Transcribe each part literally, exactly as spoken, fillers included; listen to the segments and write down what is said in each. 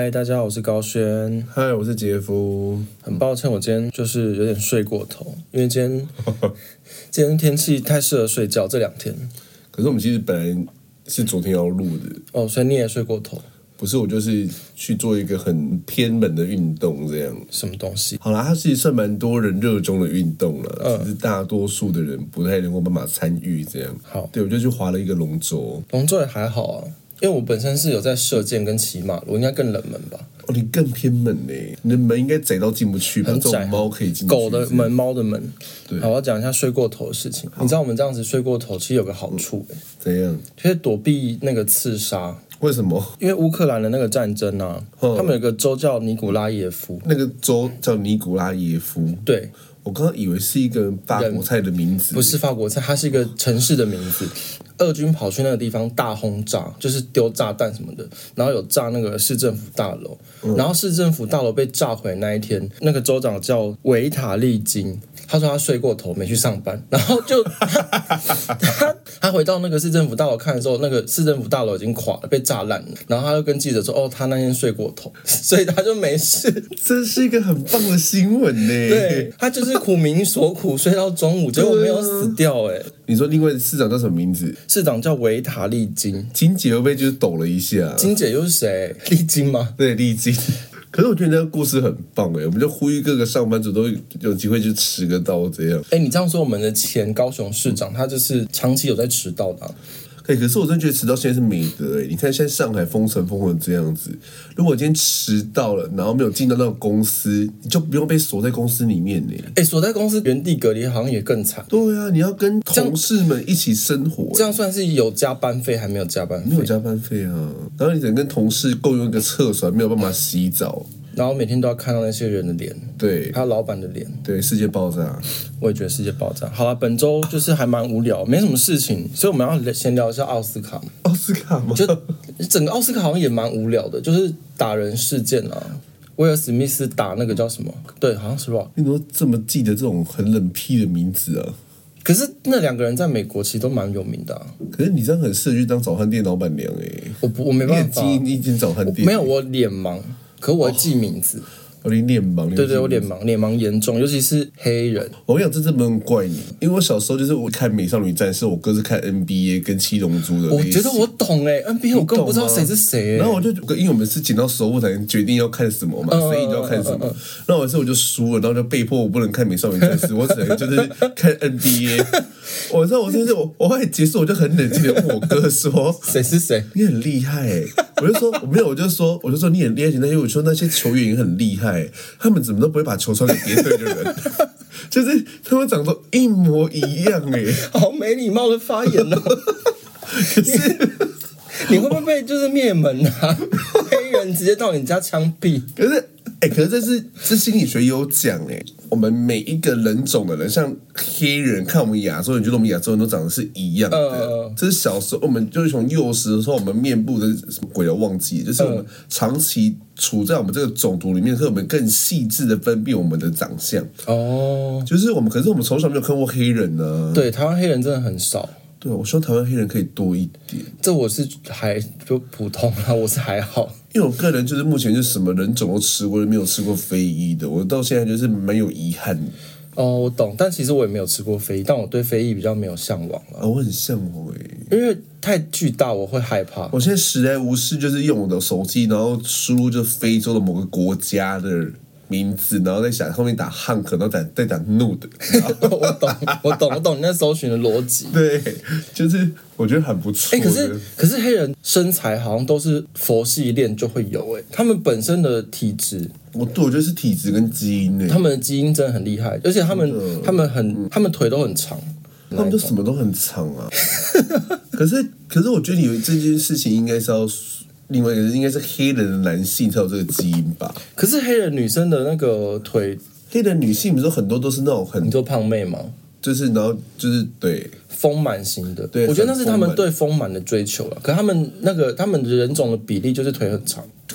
嗨，大家好，我是高轩。 嗨，我是杰夫。 很抱歉，我今天就是有点睡过头，因为今天今天天气太适合睡觉，这两天。 可是我们其实本来是昨天要录的哦，所以你也睡过头？ 不是，我就是去做一个很偏门的运动，这样。 什么东西？ 好啦，它其实算蛮多人热衷的运动了， 嗯、 只是大多数的人不太能够办法参与这样。 好， 对，我就去划了一个龙舟。 龙舟也还好啊。因为我本身是有在射箭跟骑马，我应该更冷门吧？ 哦，你更偏门嘞，你的门应该窄到进不去吧？ 很窄， 这种猫可以进去。 狗的门，猫的门。 对。 好，我要讲一下睡过头的事情。你知道我们这样子睡过头，其实有个好处、欸， 怎样？ 就是躲避那个刺杀。 为什么？ 因为乌克兰的那个战争啊，他们有个州叫尼古拉耶夫， 那个州叫尼古拉耶夫。 对。 我刚刚以为是一个法国菜的名字， 不是法国菜，它是一个城市的名字。俄军跑去那个地方大轰炸，就是丢炸弹什么的，然后有炸那个市政府大楼，嗯、然后市政府大楼被炸毁那一天，那个州长叫维塔利金，他说他睡过头没去上班，然后就他他他回到那个市政府大楼看的时候，那个市政府大楼已经垮了，被炸烂了，然后他就跟记者说，哦，他那天睡过头，所以他就没事。 这是一个很棒的新闻呢。 对，他就是苦民所苦，睡到中午，结果没有死掉哎。 你说另外市长叫什么名字？ 市长叫维塔利金。 金姐会不会就是抖了一下？ 金姐又是谁？丽金吗？ 对，丽金。可是我觉得这个故事很棒哎，我们就呼吁各个上班族都有机会去迟个到这样。 哎，你这样说，我们的前高雄市长他就是长期有在迟到的、啊。 哎、欸，可是我真的觉得迟到现在是美德哎！你看现在上海封城封成这样子，如果今天迟到了，然后没有进到那个公司，你就不用被锁在公司里面呢。 哎、欸，锁在公司原地隔离好像也更惨。 对啊，你要跟同事们一起生活， 这样算是有加班费还没有加班费？ 没有加班费啊！然后你只能跟同事共用一个厕所，没有办法洗澡。 然后每天都要看到那些人的脸， 对， 还有老板的脸， 对，世界爆炸。 我也觉得世界爆炸。好了，本周就是还蛮无聊，没什么事情，所以我们要先聊一下奥斯卡。 奥斯卡吗？ 就整个奥斯卡好像也蛮无聊的，就是打人事件啊，威尔史密斯打那个叫什么？对，好像是吧？ 你怎么这么记得这种很冷僻的名字啊？ 可是那两个人在美国其实都蛮有名的啊。 可是你这样很适合去当早餐店老板娘哎、欸。 我不，我没办法。 你一间早餐店没有，我脸盲。可我会记名字， 哦，你脸盲， 对对，我脸盲，脸盲严重，尤其是黑人。 我跟你讲，这真不能怪你，因为我小时候就是我看《美少女战士》，我哥是看 N B A 跟七龙珠的。 我觉得我懂哎 ，N B A 我根本不知道谁是谁。 然后我就因为我们是剪到首部才能决定要看什么嘛，所以你要看什么。然后有一次我就输了，然后就被迫我不能看《美少女战士》，我只能就是看 N B A。我知道我真是我，我后来结束我就很冷静的问我哥说：“ 谁是谁？ 你很厉害、欸。”我就说我没有，我就说我就说你很厉害，那些我说那些球员也很厉害，他们怎么都不会把球传给别队的人，就是他们长得一模一样哎、欸， 好没礼貌的发言哦。可是你会不会被就是灭门啊？黑人直接到你家枪毙？ 可是哎、欸，可是这是这心理学有讲哎、欸，我们每一个人种的人，像黑人看我们亚洲人，觉得我们亚洲人都长得是一样的。呃、这是小时候我们就是从幼时的时候，我们面部的什么鬼都忘记，就是我们长期处在我们这个种族里面，是我们更细致的分辨我们的长相。哦，就是我们，可是我们从小没有看过黑人呢、啊。 对，台湾黑人真的很少。 对，我希望台湾黑人可以多一点。 这我是还就普通啦，我是还好。 因为我个人就是目前就是什么人种都吃过，没有吃过非裔的，我到现在就是蛮有遗憾的。 哦，我懂，但其实我也没有吃过非裔，但我对非裔比较没有向往了。 哦，我很向往哎、 欸，因为太巨大，我会害怕。 我现在时来无事就是用我的手机，然后输入就非洲的某个国家的名字，然后再想后面打汉克，然后再再打 nude。 我懂，我懂，我懂你那搜寻的逻辑。 对，就是我觉得很不错。 哎、欸，可是可是黑人身材好像都是佛系练就会有哎、欸，他们本身的体质， 我对我觉得是体质跟基因哎、欸， 他们的基因真的很厉害，而且他们他们很、嗯、他们腿都很长， 他们都什么都很长啊。可是可是我觉得有这件事情应该是要。另外一个应该是黑人的男性才有这个基因吧？ 可是黑人女生的那个腿， 黑人女性不是很多都是那种很， 你说胖妹吗？ 就是然后就是对丰满型的， 对， 我觉得那是他们对丰满的追求了。可他们那个他们人种的比例就是腿很长。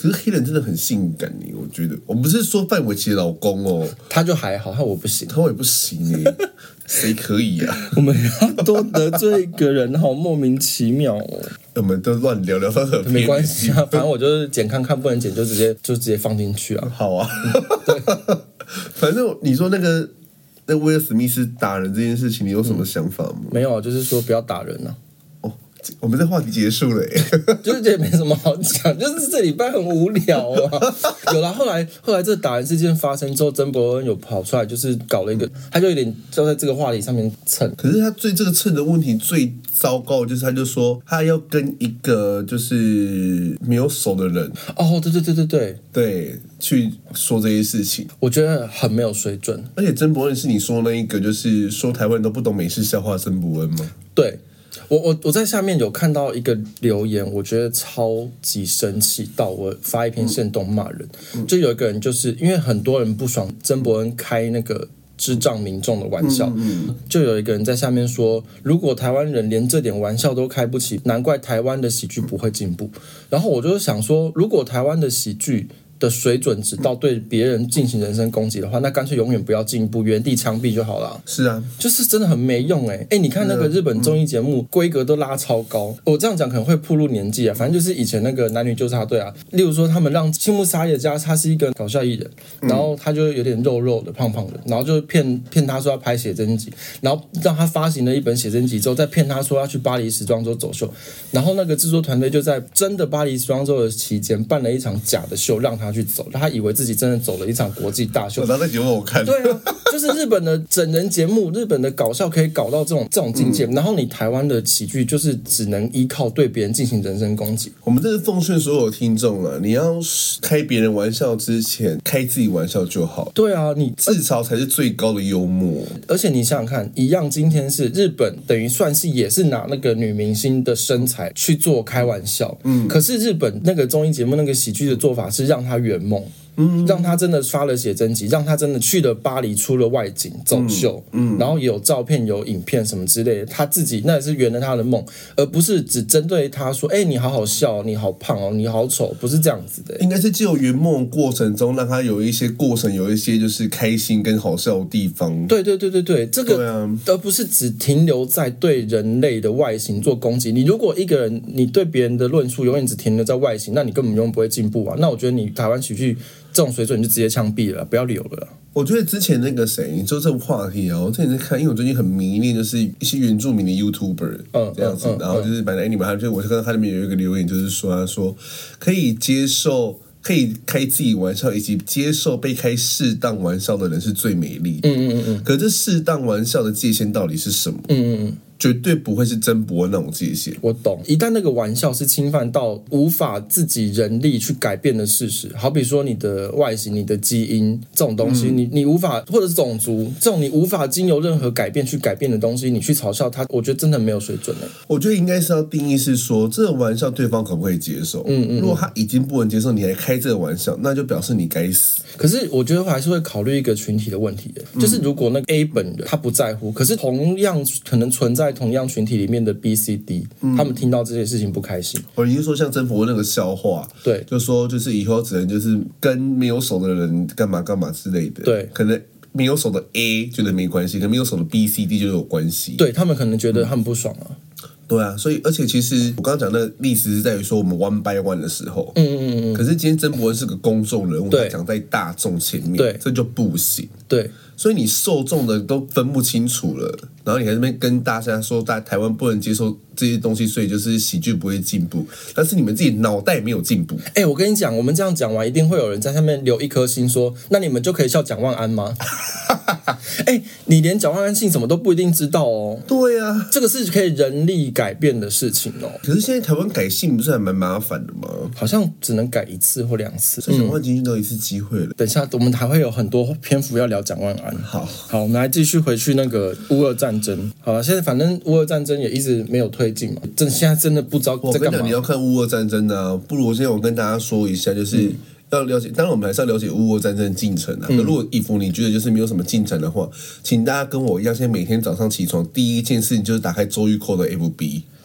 可是黑人真的很性感耶，我觉得。我不是说范玮琪的老公哦， 他就还好，他我不行， 他我也不行耶，谁可以啊？ 我们要多得罪一个人，好莫名其妙哦。 我们都乱聊聊到很没关系啊，反正我就是剪看看，不能剪就直接就直接放进去啊。 好啊，对，反正你说那个那威尔史密斯打人这件事情，你有什么想法吗？ 嗯、没有，就是说不要打人啊。 我们这话题结束了耶， 就是觉得没什么好讲，就是这礼拜很无聊啊。有啦，后来后来这打人事件发生之后，曾伯恩有跑出来，就是搞了一个，他就有点就在这个话题上面蹭。 可是他最这个蹭的问题最糟糕的就是，他就说他要跟一个就是没有手的人， 哦，对对对对对对，去说这些事情， 我觉得很没有水准。 而且曾伯恩是你说那一个，就是说台湾人都不懂美式笑话曾伯恩吗？ 对。我我我在下面有看到一个留言，我觉得超级生气到我发一篇限动骂人，嗯、就有一个人就是因为很多人不爽曾伯恩开那个智障民众的玩笑，嗯嗯、就有一个人在下面说，如果台湾人连这点玩笑都开不起，难怪台湾的喜剧不会进步。然后我就想说，如果台湾的喜剧的水准只到对别人进行人身攻击的话，那干脆永远不要进步，原地枪毙就好了。 是啊， 就是真的很没用哎、欸、哎、欸，你看那个日本综艺节目规格都拉超高，我这样讲可能会暴露年纪啊，反正就是以前那个男女纠察队啊，例如说他们让青木沙耶加他是一个搞笑艺人，然后他就有点肉肉的胖胖的，然后就骗骗他说要拍写真集，然后让他发行了一本写真集之后，再骗他说要去巴黎时装周走秀，然后那个制作团队就在真的巴黎时装周的期间办了一场假的秀让他去走，他以为自己真的走了一场国际大秀。 我当那节目我看， 对啊，就是日本的整人节目，日本的搞笑可以搞到这种这种境界，嗯、然后你台湾的喜剧就是只能依靠对别人进行人身攻击。 我们这是奉劝所有听众了，你要开别人玩笑之前，开自己玩笑就好。 对啊，你自嘲才是最高的幽默。 而且你想想看，一样今天是日本，等于算是也是拿那个女明星的身材去做开玩笑，嗯，可是日本那个综艺节目那个喜剧的做法是让他圆梦。嗯，让他真的发了写真集，让他真的去了巴黎，出了外景走秀，嗯，嗯然后有照片、有影片什么之类的，他自己那也是圆了他的梦，而不是只针对他说，哎、欸，你好好笑，你好胖哦，你好丑，不是这样子的。 应该是只有圆梦过程中，让他有一些过程，有一些就是开心跟好笑的地方。 对对对对对，这个，啊、而不是只停留在对人类的外形做攻击。你如果一个人，你对别人的论述永远只停留在外形，那你根本永远不会进步啊。那我觉得你台湾喜剧这种水准你就直接枪毙了，不要留了。 我觉得之前那个谁，你说这个话题啊，我之前在看，因为我最近很迷恋就是一些原住民的 YouTuber，嗯，这样子，嗯嗯、然后就是本来你们还就我就看到他那边有一个留言，就是说他说可以接受。可以开自己玩笑，以及接受被开适当玩笑的人是最美丽的。嗯嗯嗯。可这适当玩笑的界限到底是什么？嗯嗯嗯。绝对不会是曾伯恩那种界限。 我懂，一旦那个玩笑是侵犯到无法自己人力去改变的事实，好比说你的外形、你的基因这种东西，嗯、你你无法，或者是种族这种你无法经由任何改变去改变的东西，你去嘲笑他，我觉得真的没有水准。 我觉得应该是要定义是说，这个玩笑对方可不可以接受？嗯嗯。如果他已经不能接受，你还开这个玩笑，那就表示你该死。 可是我觉得我还是会考虑一个群体的问题，就是如果那个 A 本人他不在乎，可是同样可能存在同样群体里面的 B、C、D，、嗯、他们听到这些事情不开心。 哦，你是说像曾伯恩那个笑话， 对， 就说就是以后只能就是跟没有手的人干嘛干嘛之类的， 对， 可能没有手的 A 觉得没关系，可能没有手的 B、C、D 就有关系， 对他们可能觉得他们不爽啊。嗯对啊，所以而且其实我刚刚讲的历史是在于说我们 one by one 的时候，嗯嗯嗯，可是今天曾伯恩是个公众人物，他讲在大众前面， 对， 这就不行， 对， 所以你受众的都分不清楚了，然后你在那边跟大家说，大台湾不能接受这些东西，所以就是喜剧不会进步，但是你们自己脑袋没有进步。 哎、欸，我跟你讲，我们这样讲完，一定会有人在下面留一颗心说，那你们就可以笑蒋万安吗？哎、欸，你连蒋万安姓什么都不一定知道哦。 对啊， 这个是可以人力改变的事情哦。 可是现在台湾改姓不是还蛮麻烦的吗？ 好像只能改一次或两次， 所以蒋万安已经都一次机会了、嗯。等一下，我们还会有很多篇幅要聊蒋万安。 好， 好，我们来继续回去那个乌俄战争。好了，现在反正乌俄战争也一直没有推进嘛，真现在真的不知道在干嘛。 你要看乌俄战争啊，不如现在我跟大家说一下，就是。嗯要了解，当然我们还是要了解乌俄战争的进程啊。嗯、如果以服你觉得就是没有什么进展的话，请大家跟我一样，现在每天早上起床第一件事情就是打开周玉蔻的 F B。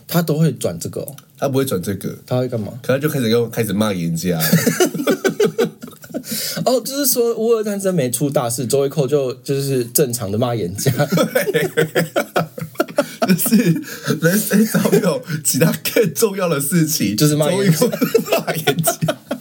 他都会转这个哦， 他不会转这个， 他会干嘛？ 可他就开始要开始骂严家。 哦，就是说乌俄战争没出大事，周一蔻就就是正常的骂严家。 就是人生早有其他更重要的事情， 就是骂严家。 骂严家。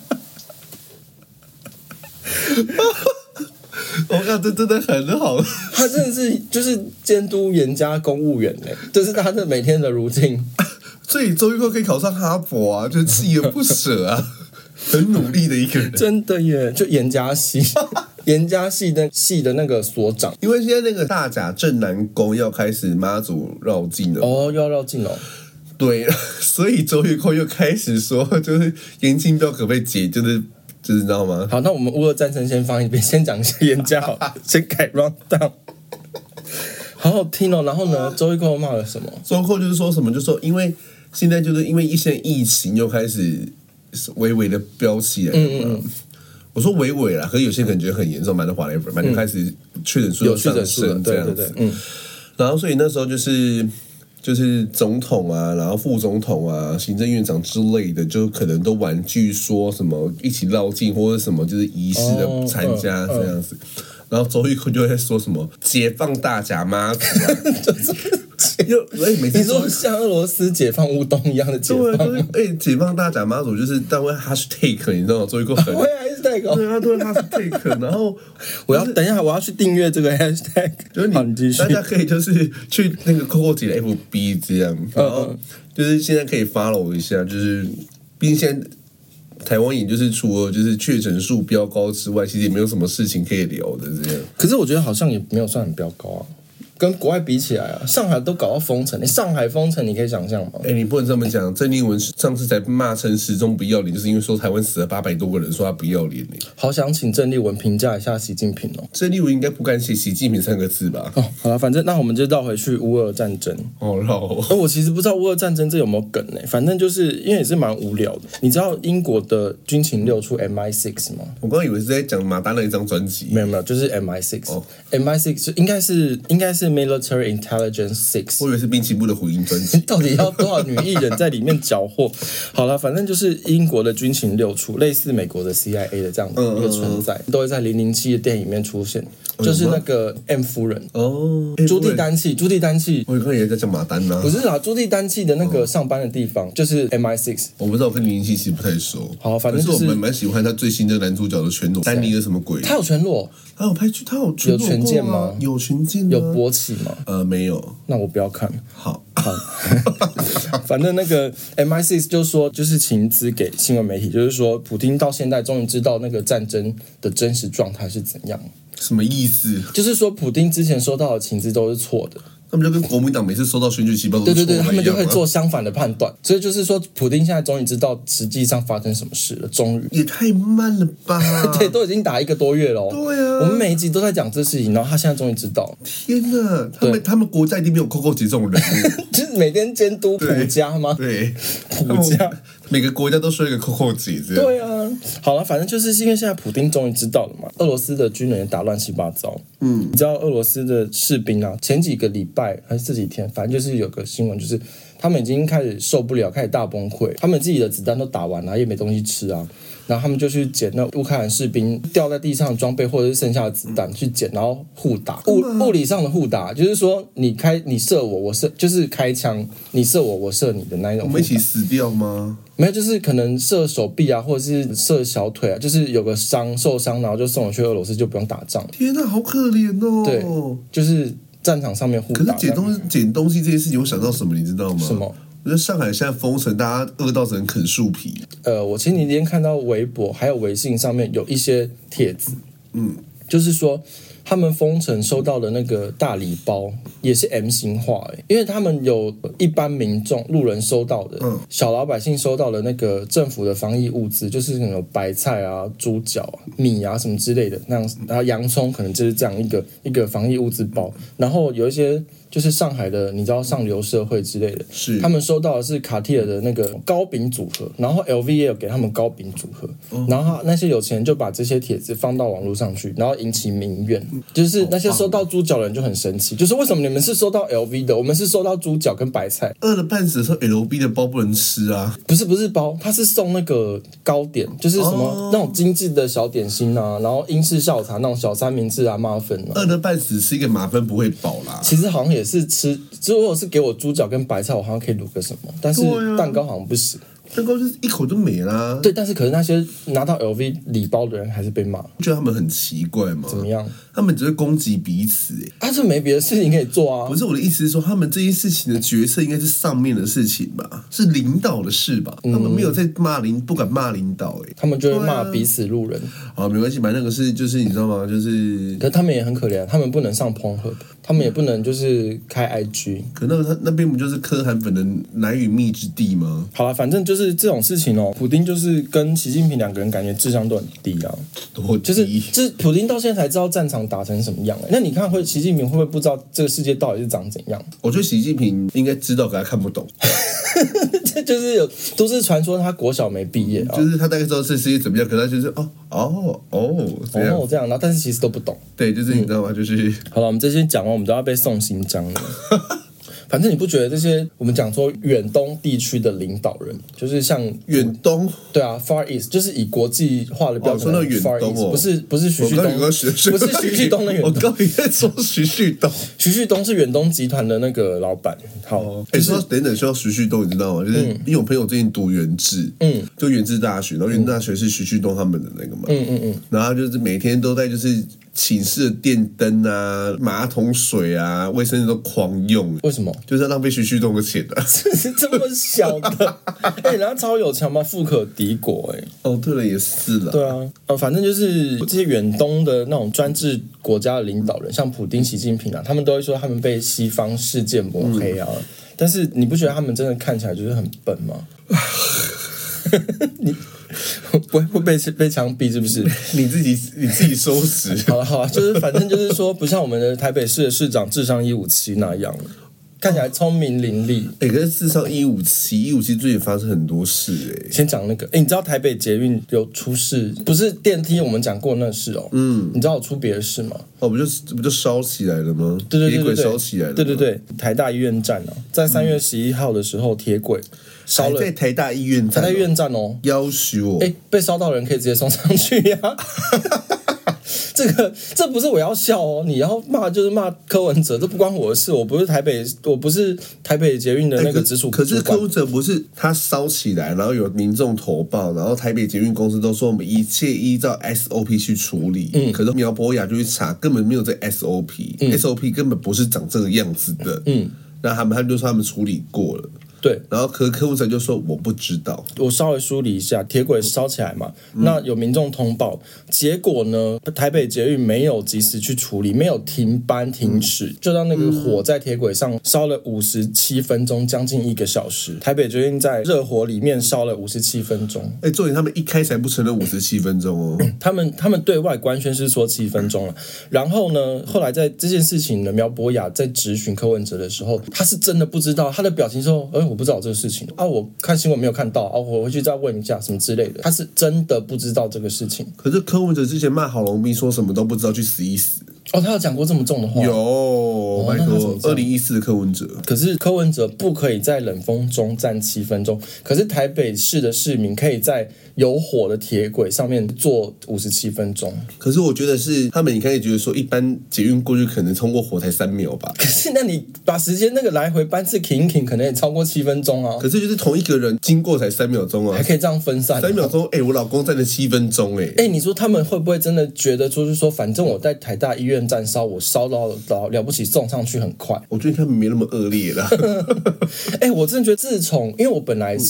我靠，这真的很好。 他真的是就是监督严家公务员嘞，这、就是他的每天的routine。 所以周玉蔻可以考上哈佛啊，就锲而不舍啊，很努力的一个人。 真的耶，就严家系，严家系的系的那个所长。 因为现在那个大甲镇南宫要开始妈祖绕境了， 哦，又要绕境了。 对，所以周玉蔻又开始说，就是严金标可不可以解，就是就是知道吗？ 好，那我们乌俄战争先放一边，先讲一下严家好，先改 round down。好好听哦。然后呢，周玉蔻骂了什么？ 周玉蔻就是说什么，就说因为现在就是因为一些疫情又开始微微的飙起来了嘛。嗯嗯嗯，我说微微啦，可是有些人觉得很严重，反正 whatever，反正开始确诊数又上升这样子。对对对，嗯。然后所以那时候就是就是总统啊，然后副总统啊，行政院长之类的，就可能都婉拒说什么一起绕境或者什么就是仪式的参加这样子。哦嗯嗯，然后周玉蔻就会说什么解放大甲妈祖啊，就哎，每次你说像俄罗斯解放乌东一样的解放， 对，哎，解放大甲妈祖就是单位 hashtag， 你知道吗？周玉蔻很会 hashtag， 对啊，对 hashtag， 然后我要等一下，我要去订阅这个 hashtag， 就是你大家可以就是去那个 Coco 姐的 F B 这样，然后就是现在可以 follow 一下，就是毕竟现在台湾也就是除了就是确诊数飙高之外，其实也没有什么事情可以聊的这样。 可是我觉得好像也没有算很飙高啊。跟国外比起来啊，上海都搞到封城，你上海封城，你可以想象吗？ 哎、欸，你不能这么讲。郑丽文上次才骂陈时中不要脸，就是因为说台湾死了八百多个人，说他不要脸呢。 好想请郑丽文评价一下习近平哦。 郑丽文应该不敢写习近平三个字吧？ 哦，好了，反正那我们就绕回去乌俄战争。 哦，绕、哦。 我其实不知道乌俄战争这有没有梗呢？反正就是因为也是蛮无聊的。你知道英国的军情六处 M I 六 吗？ 我刚刚以为是在讲马丹的一张专辑。 没有没有，就是 M I 六。哦 ，M I 六 就应该是应该是 Military Intelligence Six， 我以为是滨崎步的回音专辑。 到底要多少女艺人在里面缴获？好了，反正就是英国的军情六处，类似美国的 C I A 的这样的一个存在，嗯、都会在零零七的电影里面出现。就是那个 M 夫人哦， 朱棣丹气，朱棣丹气， 我刚才也在讲马丹呢、啊， 不是啦，朱棣丹气的那个上班的地方、哦、就是 M I 六。 我不知道，我跟零零七其实不太熟。 好，反正就是、 可是我们蛮喜欢他最新的男主角的全裸，丹尼尔什么鬼？ 他有全裸， 他有拍剧，他有全裸、啊、 有全健吗？ 有全健、啊， 有勃起吗？ 呃，没有。 那我不要看。 好。 好，反正那个 M I 六 就说，就是情资给新闻媒体，就是说，普丁到现在终于知道那个战争的真实状态是怎样。 什么意思？ 就是说，普丁之前收到的情资都是错的。 他们就跟国民党每次收到选举情报都是错的一样， 对对对，他们就会做相反的判断。所以就是说，普丁现在终于知道实际上发生什么事了，终于。 也太慢了吧？ 对，都已经打一个多月了。 对啊， 我们每一集都在讲这事情，然后他现在终于知道。 天哪，他们他们国家一定没有 Coco 姐这种人物， 就是每天监督普家吗？ 对， 普家。 每个国家都说一个 Coco 姐这样。 对啊，好了，反正就是因为现在普丁终于知道了嘛，俄罗斯的军人也打乱七八糟。嗯，你知道俄罗斯的士兵啊，前几个礼拜还是这几天，反正就是有个新闻，就是他们已经开始受不了，开始大崩溃，他们自己的子弹都打完了，也没东西吃啊。然后他们就去捡那乌克兰士兵掉在地上的装备，或者是剩下的子弹去捡，然后互打，物物理上的互打，就是说你开你射我，我射，就是开枪，你射我，我射你的那一种。 我们一起死掉吗？ 没有，就是可能射手臂啊，或者是射小腿啊，就是有个伤受伤，然后就送我去俄罗斯，就不用打仗。 天哪，好可怜哦！ 对，就是战场上面互打。 可是捡东西捡东西这件事情，我想到什么，你知道吗？ 什么？ 我觉得上海现在封城，大家饿到只能啃树皮。 呃，我前几天看到微博还有微信上面有一些帖子，嗯，就是说他们封城收到的那个大礼包也是 M 型化，哎，因为他们有一般民众路人收到的，嗯，小老百姓收到的那个政府的防疫物资，就是那种白菜啊、猪脚啊、米啊什么之类的那样，然后洋葱可能就是这样一个一个防疫物资包，然后有一些。 就是上海的，你知道上流社会之类的， 是他们收到的是卡地尔的那个糕饼组合，然后 L V 也有给他们糕饼组合，哦、然后那些有钱人就把这些帖子放到网络上去，然后引起民怨，就是那些收到猪脚的人就很生气，就是为什么你们是收到 L V 的，我们是收到猪脚跟白菜， 饿了半死的时候 L V 的包不能吃啊？ 不是不是包，他是送那个糕点，就是什么、哦、那种精致的小点心啊，然后英式下午茶那种小三明治啊、马芬啊。 饿了半死吃一个马芬不会饱啦。 其实好像也是吃，如果是给我猪脚跟白菜，我好像可以卤个什么，但是蛋糕好像不行。 蛋糕就是一口就没啦。 对，但是可是那些拿到 L V 礼包的人还是被骂， 觉得他们很奇怪吗？ 怎么样？ 他们只会攻击彼此、欸， 啊，这没别的事情可以做啊。 不是我的意思是说，他们这件事情的决策应该是上面的事情吧，是领导的事吧？嗯、他们没有在骂领，不敢骂领导、欸， 他们就会骂彼此路人。 啊，没关系，反正那个是就是你知道吗？就是， 可是他们也很可怜，他们不能上 Pornhub， 他们也不能就是开 I G。 可那他那边不就是柯韩粉的奶与蜜之地吗？ 好了，反正就是这种事情哦。普丁就是跟习近平两个人感觉智商都很低啊， 多低就是就是普丁到现在才知道战场打成什么样、欸。那你看会习近平会不会不知道这个世界到底是长怎样？ 我觉得习近平应该知道，可他看不懂。 这就是有都市传说，他国小没毕业、哦， 就是他大概知道这世界怎么样，可他就是哦哦哦这样哦这样，然后但是其实都不懂。 对，就是你知道吗？嗯、就是好了，我们这些讲完，我们都要被送勋章了。反正你不觉得这些我们讲说远东地区的领导人，就是像远东， 对啊 ，Far East 就是以国际化的标准， 说到远东哦， 不是不是徐旭东，不是徐旭东的远东， 我刚才在说徐旭东， 徐旭东是远东集团的那个老板。好， 哎、哦，说、就是、等等说到徐旭东，你知道吗？就是、嗯、因为我朋友最近读原治，嗯，就原治大学，然后原治大学是徐旭东他们的那个嘛，嗯嗯嗯，然后就是每天都在就是寝室的电灯啊、马桶水啊、卫生纸都狂用， 为什么？ 就是要浪费徐旭东的钱的、啊， 这么小的，哎、欸，人家超有钱嘛，富可敌国、欸，哎， 哦，对了，也是了， 对啊，呃，反正就是这些远东的那种专制国家的领导人，像普丁、习近平啊，他们都会说他们被西方世界抹黑啊，嗯、但是你不觉得他们真的看起来就是很笨吗？你不会会被被枪毙是不是？ 你自己你自己收拾。 好了好了，就是反正就是说，不像我们的台北市的市长智商一五七那样。看起来聪明伶俐， 哎、欸，可是智商一五七，一五七最近发生很多事、欸，哎。 先讲那个，哎、欸，你知道台北捷运有出事，不是电梯，我们讲过那事哦。嗯，你知道有出别的事吗？ 哦，不就不就烧起来了吗？ 对对对对对， 铁轨烧起来了。 对对对，台大医院站啊，在三月十一号的时候，铁轨烧了， 在台大医院站、哦， 台大医院站哦， 要求哦， 哎、欸，被烧到的人可以直接送上去呀、啊。这个这不是我要笑哦，你要骂就是骂柯文哲，这不关我的事，我不是台北，我不是台北捷运的那个直属、欸。 可是柯文哲不是他烧起来，然后有民众投报，然后台北捷运公司都说我们一切依照 S O P 去处理。嗯，可是苗博雅就去查，根本没有这 S O P，S、嗯、O P 根本不是长这个样子的。嗯，那他们他们就说他们处理过了。对，然后柯柯文哲就说我不知道， 我稍微梳理一下，铁轨烧起来嘛，嗯、那有民众通报，结果呢，台北捷运没有及时去处理，没有停班停驶，嗯、就让那个火在铁轨上烧了五十七分钟，将近一个小时。台北捷运在热火里面烧了五十七分钟。 哎，重点他们一开始还不承认五十七分钟哦， 他们他们对外官宣是说七分钟了，然后呢，后来在这件事情呢，苗博雅在质询柯文哲的时候，他是真的不知道，他的表情说，哎，我不知道这个事情啊，我看新闻没有看到啊，我回去再问一下什么之类的。他是真的不知道这个事情。 可是柯文哲之前骂郝龙斌说什么都不知道，去死一死。 哦，他有讲过这么重的话？ 有，拜托，二零一四的柯文哲。 可是柯文哲不可以在冷风中站七分钟，可是台北市的市民可以在有火的铁轨上面坐五十七分钟。 可是我觉得是他们，你可以觉得说，一般捷运过去可能通过火才三秒吧。 可是那你把时间那个来回班次停一停，可能也超过七分钟啊。 可是就是同一个人经过才三秒钟啊， 还可以这样分散、啊。 三秒钟，哎、欸，我老公站了七分钟、欸，哎， 哎，你说他们会不会真的觉得，就是说，反正我在台大医院站烧，我烧到了了不起，送上去很快。 我觉得他们没那么恶劣啦。 哎、欸，我真的觉得，自从因为我本来是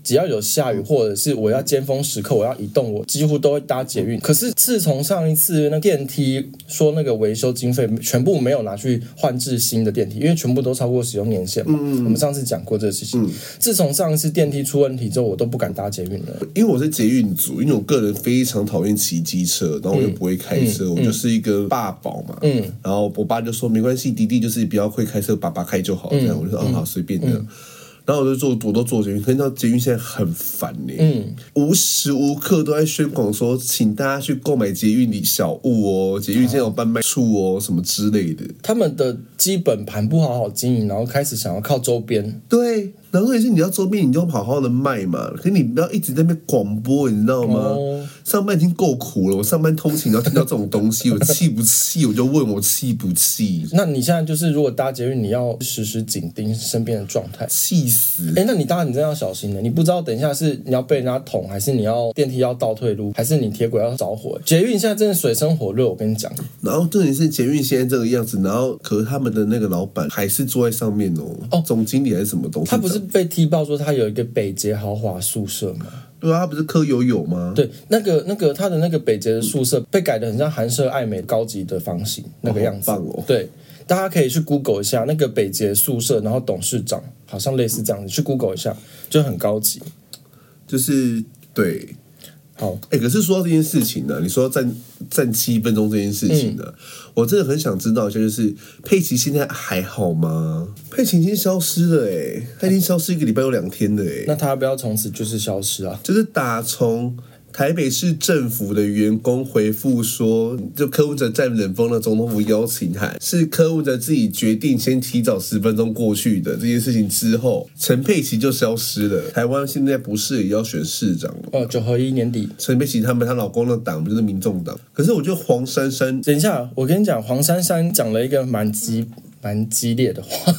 只要有下雨或者是我要尖峰时刻我要移动，我几乎都会搭捷运。可是自从上一次那电梯说那个维修经费全部没有拿去换置新的电梯，因为全部都超过使用年限嘛，嗯、我们上次讲过这个事情、嗯。自从上一次电梯出问题之后，我都不敢搭捷运了。 因为我是捷运族，因为我个人非常讨厌骑机车，然后我又不会开车，嗯、我就是一个爸宝嘛。嗯，然后我爸就说没关系，弟弟就是比较会开车，爸爸开就好。这样、嗯、我就说哦好，随便这样。嗯然后我就做，我都做捷运，可是到捷运现在很烦呢、欸，嗯，无时无刻都在宣广说，请大家去购买捷运里小物哦，捷运现在有贩卖处哦，什么之类的。 他们的基本盘不好好经营，然后开始想要靠周边， 对。然后也是你要周边，你就好好的卖嘛。可是你不要一直在那边广播，你知道吗？哦、上班已经够苦了，我上班通勤要听到这种东西，我气不气？我就问我气不气？ 那你现在就是如果搭捷运，你要时时紧盯身边的状态， 气死！ 哎，那你搭你真的要小心的，你不知道等一下是你要被人家捅，还是你要电梯要倒退路，还是你铁轨要着火？捷运现在真的水深火热，我跟你讲。 然后重点是捷运现在这个样子，然后可是他们的那个老板还是坐在上面哦，哦总经理还是什么东西？ 他不是被踢爆说他有一个北捷豪华宿舍吗？ 对啊，他不是柯友友吗？ 对，那个那个他的那个北捷的宿舍被改得很像韩舍爱美高级的房型那个样子， 哦好棒哦！ 对，大家可以去 Google 一下那个北捷宿舍，然后董事长好像类似这样子，去 Google 一下，就很高级， 就是对。 好， 哎、欸，可是说到这件事情呢、啊，你说站站七分钟这件事情呢、啊嗯，我真的很想知道一下，就是佩奇现在还好吗？佩奇已经消失了、欸，哎，他已经消失一个礼拜有两天了、欸，哎， 那他要不要从此就是消失啊？ 就是打从台北市政府的员工回复说，就柯文哲占冷风的总统府邀请函是柯文哲自己决定先提早十分钟过去的这件事情之后，陈佩琪就消失了。台湾现在不是也要选市长了？ 哦，九合一年底， 陈佩琪他们她老公的党不就是民众党？可是我觉得黄珊珊， 等一下，我跟你讲，黄珊珊讲了一个蛮激蛮激烈的话。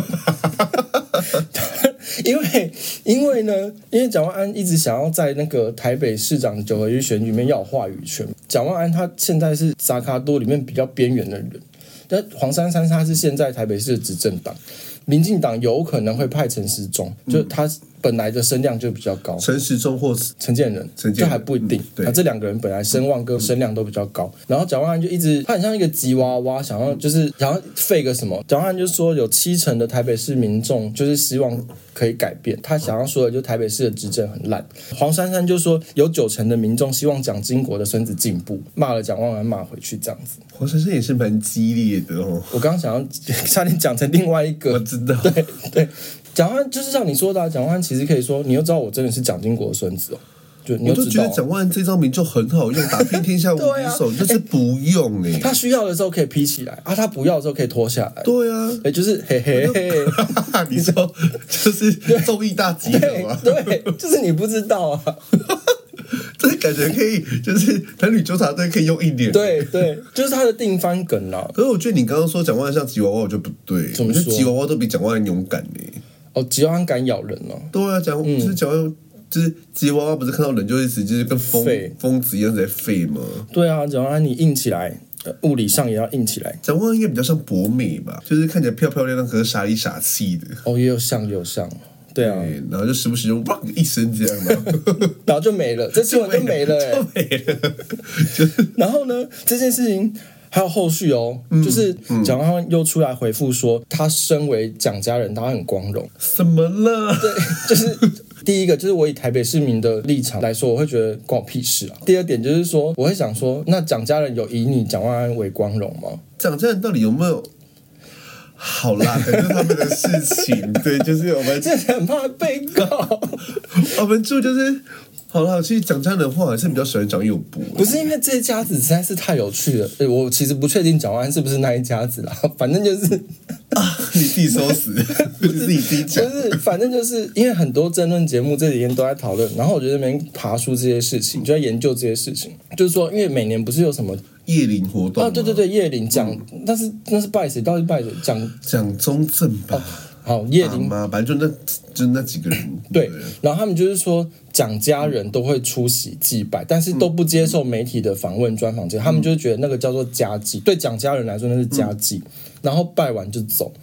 因为因为呢，因为蒋万安一直想要在那个台北市长九合一选举里面要有话语权。蒋万安他现在是萨卡多里面比较边缘的人，但黄珊珊他是现在台北市的执政党，民进党有可能会派陈时中，就他本来的声量就比较高， 陈时中或陈建仁，就还不一定。嗯、啊，这两个人本来声望跟声量都比较高，嗯、然后蒋万安就一直他很像一个吉娃娃，想要就是想要废个什么。蒋万安就说有七成的台北市民众就是希望可以改变，他想要说的就是台北市的执政很烂。黄珊珊就说有九成的民众希望蒋经国的孙子进步，骂了蒋万安骂回去这样子。 黄珊珊也是蛮激烈的哦。 我刚刚想要差点讲成另外一个， 我知道， 对对。蒋万安就是像你说的、啊，蒋万安其实可以说，你又知道我真的是蒋经国的孙子哦，就你又知道、啊、 我就觉得蒋万安这招名就很好用，打遍天下无敌手，啊、就是不用哎、欸。 他需要的时候可以披起来啊，他不要的时候可以脱下来。 对啊， 哎、欸，就是嘿嘿嘿， 你说就是综艺大集合吗？ 对，对，就是你不知道啊。 这感觉可以，就是男女纠察队可以用一点。 对对，就是他的定番梗啦。 可是我觉得你刚刚说蒋万安像吉娃娃，我就不对。 怎么说？ 吉娃娃都比蒋万安勇敢呢、欸。 哦，吉娃娃敢咬人哦。 对啊，蒋、嗯、就是蒋万安，就是吉娃娃不是看到人就会死，就是跟疯疯子一样在废吗？ 对啊，蒋万安你硬起来。物理上也要硬起来。 蒋万安应该比较像博美吧，就是看起来漂漂亮亮，可是傻里傻气的。 哦，也有像，也有像。对啊， 对，然后就时不时就砰一声这样， 然後就没了，这新闻就没了、欸， 就没了。 然后呢，这件事情还有后续哦，嗯、就是蒋万安又出来回复说，他身为蒋家人，他很光荣。 什么了？ 对，就是第一个，就是我以台北市民的立场来说，我会觉得关我屁事啊。第二点就是说，我会想说，那蒋家人有以你蒋万安为光荣吗？ 蒋家人到底有没有？好啦，可是他们的事情，对，就是我们真的很怕被告。 我们住就是好啦，其实讲这样的话，还是比较喜欢蒋友柏。 不是因为这一家子实在是太有趣了，我其实不确定蒋万安是不是那一家子啦，反正就是啊，你自己说死，不是自己自己讲， 就是反正就是因为很多政论节目这几天都在讨论，然后我觉得那边爬出这些事情，就在研究这些事情，就是说，因为每年不是有什么。 夜灵活动啊， 对对对，夜灵讲、嗯，但是那是拜谁？到底拜谁？讲讲中正吧。 哦、好，夜灵嘛，反正就那就那几个人。 对，然后他们就是说，蒋家人都会出席祭拜，但是都不接受媒体的访问专访这、嗯、他们就觉得那个叫做家祭，对蒋家人来说那是家祭、嗯，然后拜完就走。然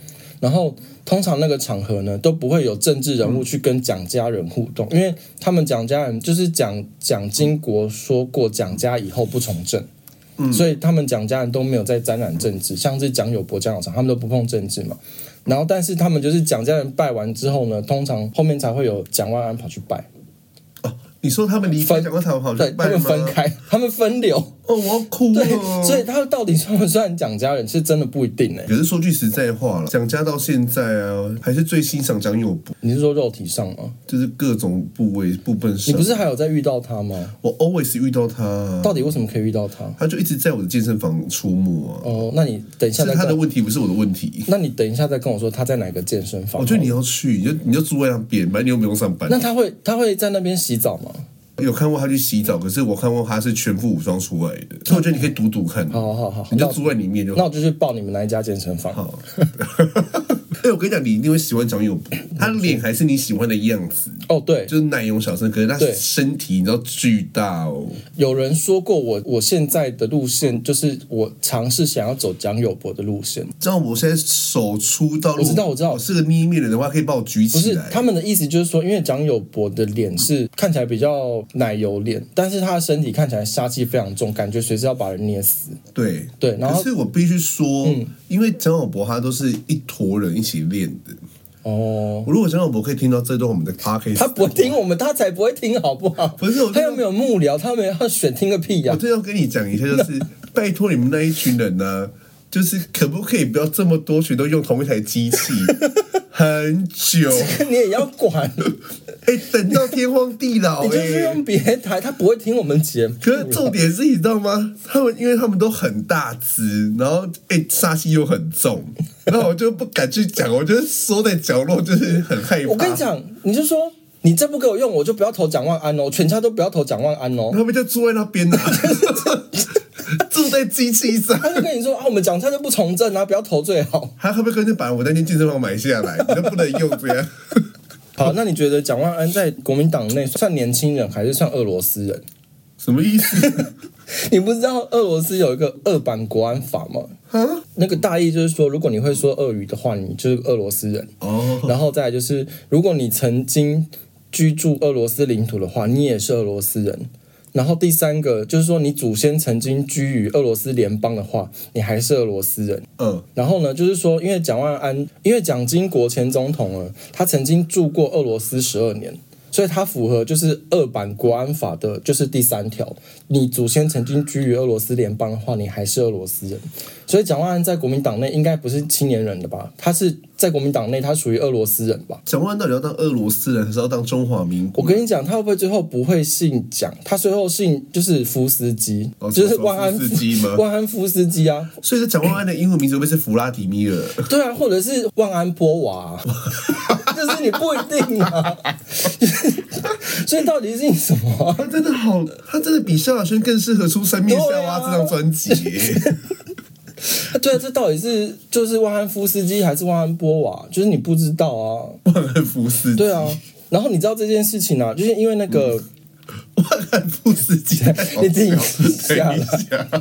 然后通常那个场合呢都不会有政治人物去跟蒋家人互动，因为他们蒋家人就是蒋蒋经国说过蒋家以后不从政。嗯、所以他们蒋家人都没有在沾染政治，像是蒋友柏、蒋友常他们都不碰政治嘛。然后，但是他们就是蒋家人拜完之后呢，通常后面才会有蒋万安跑去拜。 哦，你说他们离开蒋万安跑去拜吗？ 对，他们分开，他们分流。 哦，我要哭了。 对，所以他到底算不算蒋家人，是真的不一定哎。 可是说句实在话了，蒋家到现在啊，还是最欣赏蒋友柏。 你是说肉体上吗？ 就是各种部位部分上。 你不是还有在遇到他吗？ 我 always 遇到他、啊。 到底为什么可以遇到他？ 他就一直在我的健身房出没啊。 哦，那你等一下再。 是他的问题，不是我的问题。 那你等一下再跟我说他在哪个健身房？ 我觉得你要去，你就你就住在那边，反正你又不用上班。 那他会他会在那边洗澡吗？ 有看过他去洗澡，可是我看过他是全副武装出来的，所以我觉得你可以赌赌看。 好好好， 你就住在里面就好。 那我就去报你们那一家健身房。 好。哎，我跟你讲，你一定会喜欢蒋友柏，他脸还是你喜欢的样子。 哦，对， 就是奶油小生，可是他身体你知道巨大哦。 有人说过我，我现在的路线就是我尝试想要走蒋友柏的路线。 蒋友柏现在手出道路， 我知道，我知道， 我是个捏面人的话，可以把我举起来。 不是，他们的意思就是说，因为蒋友柏的脸是看起来比较奶油脸，但是他的身体看起来杀气非常重，感觉随时要把人捏死。 对对，然后可是我必须说，嗯、因为蒋友柏他都是一坨人一起练的。 哦， 如果蒋友柏可以听到这段我们的 podcast， 他不会听我们，他才不会听，好不好？ 不是， 他又没有幕僚，他们要选听个屁呀、啊！ 我真要跟你讲一下，就是拜托你们那一群人呢、啊，就是可不可以不要这么多群都用同一台机器很久？ 你也要管？ 哎、欸，等到天荒地老、欸， 你就是用别台，他不会听我们节目。 可是重点是，你知道吗？他们因为他们都很大只，然后哎、欸、杀气又很重，然后我就不敢去讲，我就缩在角落，就是很害怕。 我跟你讲，你就说你再不给我用，我就不要投蒋万安哦，全家都不要投蒋万安哦。 他们就坐在那边啊，住在机器上。 他就跟你说啊，我们蒋家就不从政啊，不要投最好。 他会不会跟着把我那间健身房买下来？你都不能用这样。 好，那你觉得蒋万安在国民党内算年轻人还是算俄罗斯人？ 什么意思？ 你不知道俄罗斯有一个俄版国安法吗？ 啊， 那个大意就是说，如果你会说俄语的话，你就是俄罗斯人。 哦， 然后再来就是，如果你曾经居住俄罗斯领土的话，你也是俄罗斯人。然后第三个就是说，你祖先曾经居于俄罗斯联邦的话，你还是俄罗斯人。 嗯， 然后呢，就是说，因为蒋万安，因为蒋经国前总统呢，他曾经住过俄罗斯十二年，所以他符合就是俄版国安法的，就是第三条，你祖先曾经居于俄罗斯联邦的话，你还是俄罗斯人。所以蒋万安在国民党内应该不是青年人的吧？他是在国民党内，他属于俄罗斯人吧？ 蒋万安到底要当俄罗斯人，还是要当中华民国？ 我跟你讲，他会不会最后不会姓蒋？他最后姓就是夫斯基，哦、就是万安夫斯基吗？ 万安夫斯基啊！ 所以说蒋万安的英文名字会不会是弗拉迪米尔？ 对啊，或者是万安波娃、啊，就是你不一定啊。所以到底姓什么、啊？ 他真的好，他真的比萧亚轩更适合出《三面夏娃》这张专辑。 对啊，这到底是就是万安夫斯基还是万安波娃？就是你不知道啊。 万安夫斯基。 对啊，然后你知道这件事情啊，就是因为那个、 嗯、万安夫斯基， 你自己想了。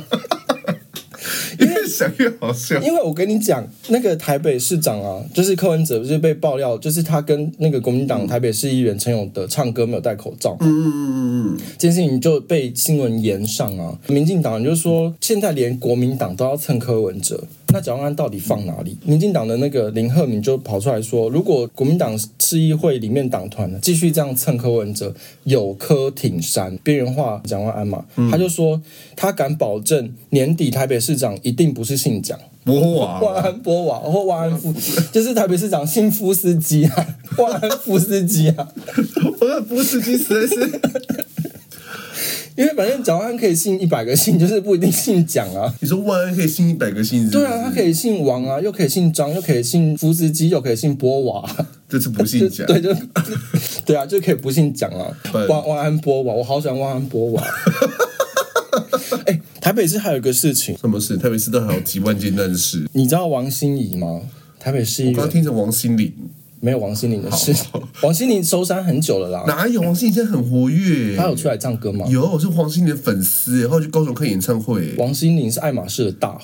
越想越好笑， 因为我跟你讲，那个台北市长啊，就是柯文哲，不是被爆料，就是他跟那个国民党台北市议员陈永德唱歌没有戴口罩， 嗯嗯嗯嗯， 这件事情就被新闻延上啊。民进党人就说，现在连国民党都要蹭柯文哲，那蒋万安到底放哪里？民进党的那个林鹤敏就跑出来说，如果国民党市议会里面党团继续这样蹭柯文哲，有柯挺山，边缘化蒋万安嘛，嗯、他就说他敢保证年底台北市长一定不是姓蒋。 波娃、 万安波娃或万安夫，就是台北市长姓夫斯基啊，万安夫斯基啊， 万安夫斯基实在是， 因为反正蒋万安可以姓一百个姓，就是不一定姓蒋啊。 你说万安可以姓一百个姓是不是？ 对啊，他可以姓王啊，又可以姓张，又可以姓夫斯基，又可以姓波娃， 这是不姓蒋。 对，就对啊，就可以不姓蒋啊。万万安波娃，我好喜欢万安波娃。哎、欸，台北市还有一个事情， 什么事？台北市都还有几万件烂事。 你知道王心怡吗？台北市议员， 我刚刚听成王心凌， 没有王心凌的事。王心凌收山很久了啦， 哪有？王心凌现在很活跃， 她有出来唱歌吗？ 有，我是王心凌的粉丝，然后去高雄看演唱会。 王心凌是爱马仕的大户。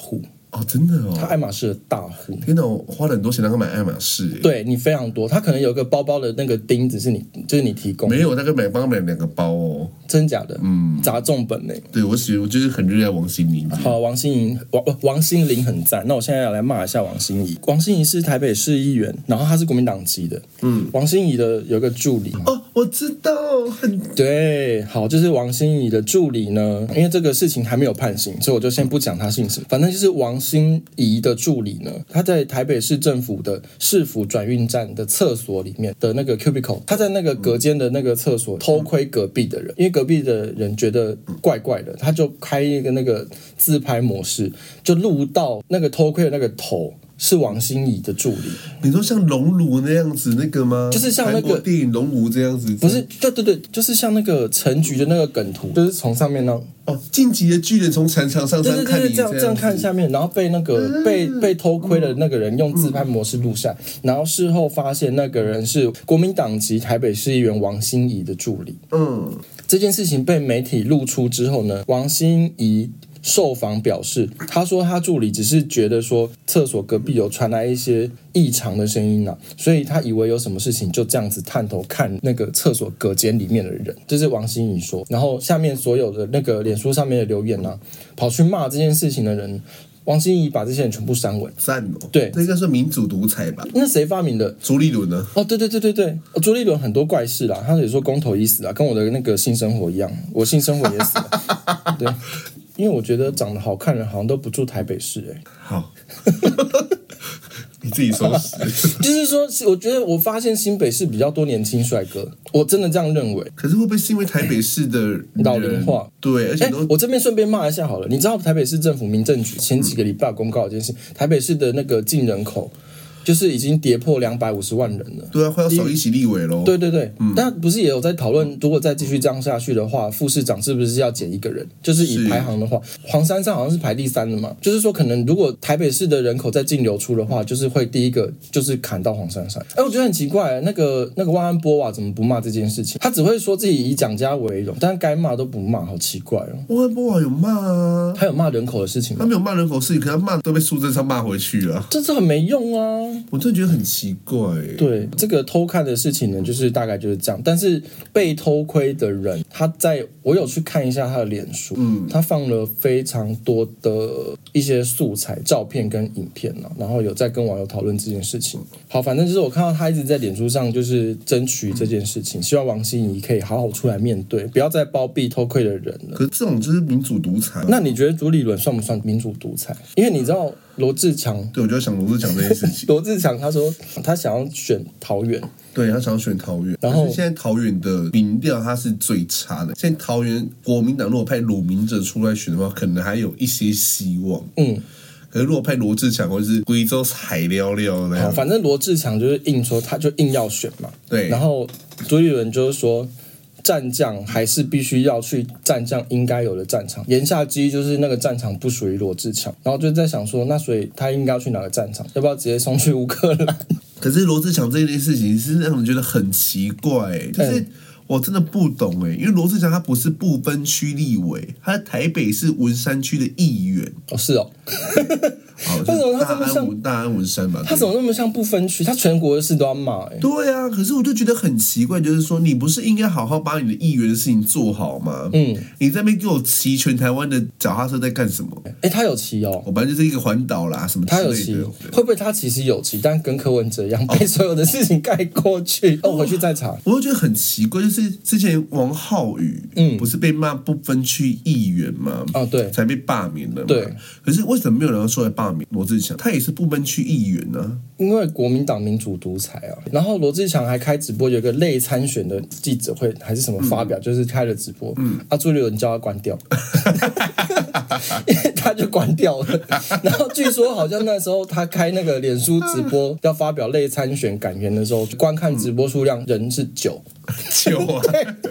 哦，真的哦， 他爱马仕的大户。 天哪，我花了很多钱让他买爱马仕。 对你非常多，他可能有个包包的那个钉子是你，就是你提供的。 没有，大概买帮他买两个包哦。 真假的？嗯，砸重本嘞。 对，我喜我就是很热爱王心凌。 好，王心凌，王王心凌很赞。那我现在要来骂一下王心怡。王心怡是台北市议员，然后他是国民党籍的。嗯，王心怡的有一个助理。 哦，我知道，很对，好，就是王心怡的助理呢，因为这个事情还没有判刑，所以我就先不讲他姓什么。反正就是王心怡的助理呢，他在台北市政府的市府转运站的厕所里面的那个 cubicle， 他在那个隔间的那个厕所偷窥隔壁的人，因为隔壁的人觉得怪怪的，他就开一个那个自拍模式，就录到那个偷窥的那个头是王心怡的助理。 你说像熔炉那样子那个吗？ 就是像那个电影熔炉这样子。 不是，对对对，就是像那个陈菊的那个梗图，就是从上面那哦，晋级的巨人从城墙上上看你这样这样看下面，然后被那个被被偷窥的那个人用自拍模式录下，然后事后发现那个人是国民党籍台北市议员王心怡的助理。嗯，这件事情被媒体露出之后呢，王心怡受访表示，他说他助理只是觉得说厕所隔壁有传来一些异常的声音啊，所以他以为有什么事情，就这样子探头看那个厕所隔间里面的人，这是王心怡说。然后下面所有的那个脸书上面的留言啊，跑去骂这件事情的人，王心怡把这些人全部删文。 赞哦， 对， 这应该是民主独裁吧？ 那谁发明的？ 朱立伦呢？ 哦，对对对对对，哦、朱立伦很多怪事啦，他也说公投已死啦，跟我的那个性生活一样，我性生活也死了。对。因为我觉得长得好看的人好像都不住台北市。哎、欸， 好，你自己收拾。 就是说，我觉得我发现新北市比较多年轻帅哥，我真的这样认为。 可是会不会是因为台北市的老龄化？ 对，而且都、 欸、我这边顺便骂一下好了。你知道台北市政府民政局前几个礼拜公告一件事，台北市的那个净人口。就是已经跌破两百五十万人了， 对啊，快要少一席立委喽。 对对对，嗯、但不是也有在讨论，如果再继续这样下去的话，副市长是不是要减一个人？就是以排行的话，黄珊珊好像是排第三的嘛。就是说，可能如果台北市的人口再净流出的话，就是会第一个就是砍到黄珊珊。哎，我觉得很奇怪，那个那个万安波瓦怎么不骂这件事情？他只会说自己以蒋家为荣，但是该骂都不骂，好奇怪哦。 万安波瓦有骂啊， 他有骂人口的事情吗？ 他没有骂人口的事情，可他骂都被苏贞昌骂回去了， 这是很没用啊。 我真的觉得很奇怪、欸。 对，这个偷看的事情呢，就是大概就是这样。但是被偷窥的人，他在我有去看一下他的脸书，嗯，他放了非常多的一些素材、照片跟影片啊，然后有在跟网友讨论这件事情。好，反正就是我看到他一直在脸书上就是争取这件事情，希望王心怡可以好好出来面对，不要再包庇偷窥的人了。 可是这种就是民主独裁、啊。 那你觉得朱立伦算不算民主独裁？因为你知道。罗志强， 对，我就想罗志强这件事情。 罗志强他说他想要选桃园， 对他想要选桃园，然后现在桃园的民调他是最差的。现在桃园国民党如果派鲁明哲出来选的话，可能还有一些希望。嗯，可是如果派罗志强或者是贵州海撩撩那样， 好，反正罗志强就是硬说，他就硬要选嘛。 对， 然后朱立伦就是说。战将还是必须要去战将应该有的战场，言下之意就是那个战场不属于罗志强，然后就在想说，那所以他应该要去哪个战场？要不要直接送去乌克兰？ 可是罗志强这件事情是让人觉得很奇怪、欸，就是。嗯我真的不懂哎，因为罗志强他不是不分区立委，他在台北是文山区的议员。 哦，是哦。 好，为什么他这么像大安文山吧？ 他怎么那么像不分区？他全国的事都要骂哎。 对啊，可是我就觉得很奇怪，就是说你不是应该好好把你的议员的事情做好吗？嗯，你在那边给我骑全台湾的脚踏车在干什么？ 哎，他有骑哦， 我本来就是一个环岛啦，什么之类的。 他有骑，会不会他其实有骑，但跟柯文哲一样被所有的事情盖过去？哦，我回去再查。 我就觉得很奇怪，就是之前王浩宇，嗯，不是被骂不分区议员吗？ 哦，对， 才被罢免了嘛。 对， 可是为什么没有人要出来罢免罗志强？他也是不分区议员呢、啊。 因为国民党民主独裁啊。然后罗志强还开直播，有一个类参选的记者会还是什么发表，嗯、就是开了直播，嗯，啊，朱立伦叫他关掉，因为他就关掉了。然后据说好像那时候他开那个脸书直播要发表类参选感言的时候，观看直播数量人是九。 九啊！